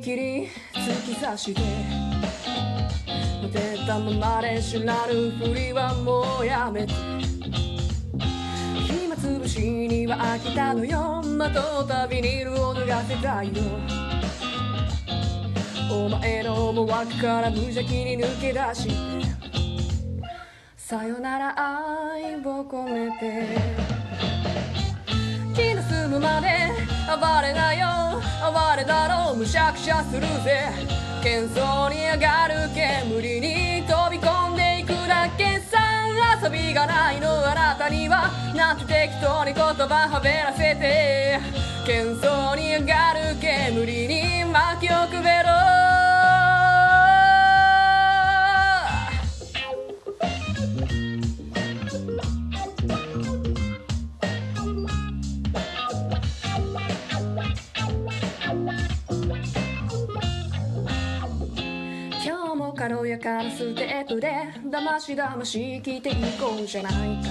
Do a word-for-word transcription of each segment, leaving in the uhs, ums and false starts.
切り突き刺して持てたままで知らぬふりはもうやめて暇つぶしには飽きたのよまとったビニールを脱がせたいよお前の思惑から無邪気に抜け出してさよなら愛を込めて気の済むまで暴れなよ暴れだろうむしゃくしゃするぜ喧騒に上がる煙に飛び込んでいくだけさ遊びがないのあなたにはなんて適当に言葉はべらせて喧騒に上がる煙に薪をくべろ軽やかなステップでだましだまし聞いていこうじゃないか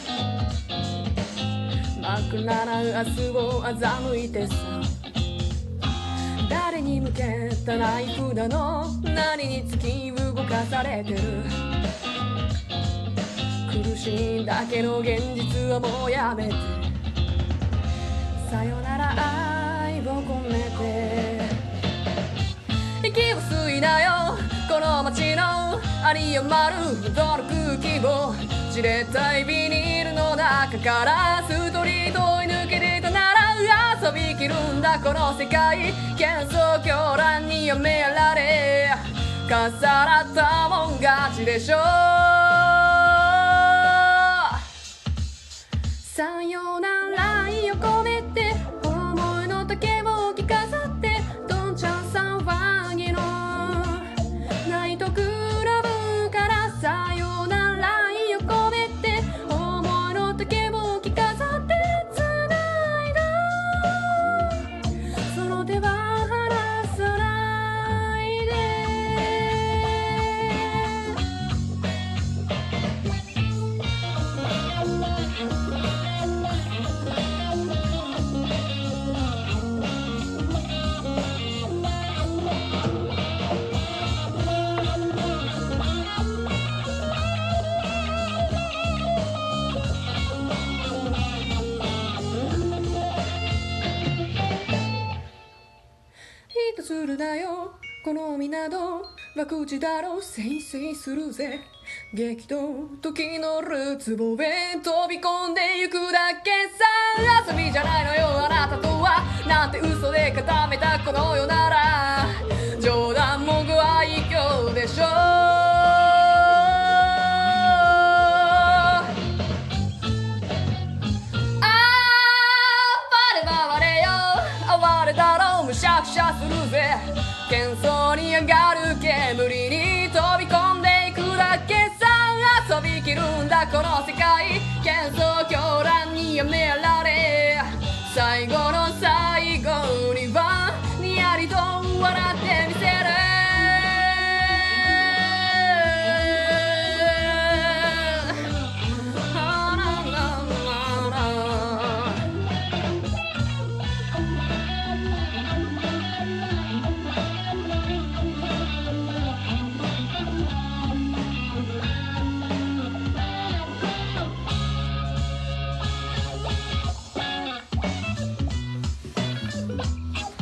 真っ暗な明日を欺いてさ誰に向けたナイフなの何に突き動かされてる苦しいだけの現実はもうやめてさよなら愛を込めて息を吸いなよこの街のあり余るほどの空気をじれったいビニールの中からストリートを抜け出たなら遊びきるんだこの世界喧騒狂乱にやめられ重なったもん勝ちでしょさよなら愛を込めて思いの丈を着飾ってどんちゃん騒ぎのナイトクラブからさよなら愛を込めて思いの丈を着飾って繋いだその手は離さないでするなよこの港は口だろせいせいするぜ激闘時のるつぼへ飛び込んでゆくだけさ遊びじゃないのよあなたとはなんて嘘で固めたこの世なら冗談もご愛嬌でしょむしゃくしゃするぜ喧騒に上がる煙に飛び込んでいくだけさ遊びきるんだこの世界喧騒狂乱にやめられ最後の最後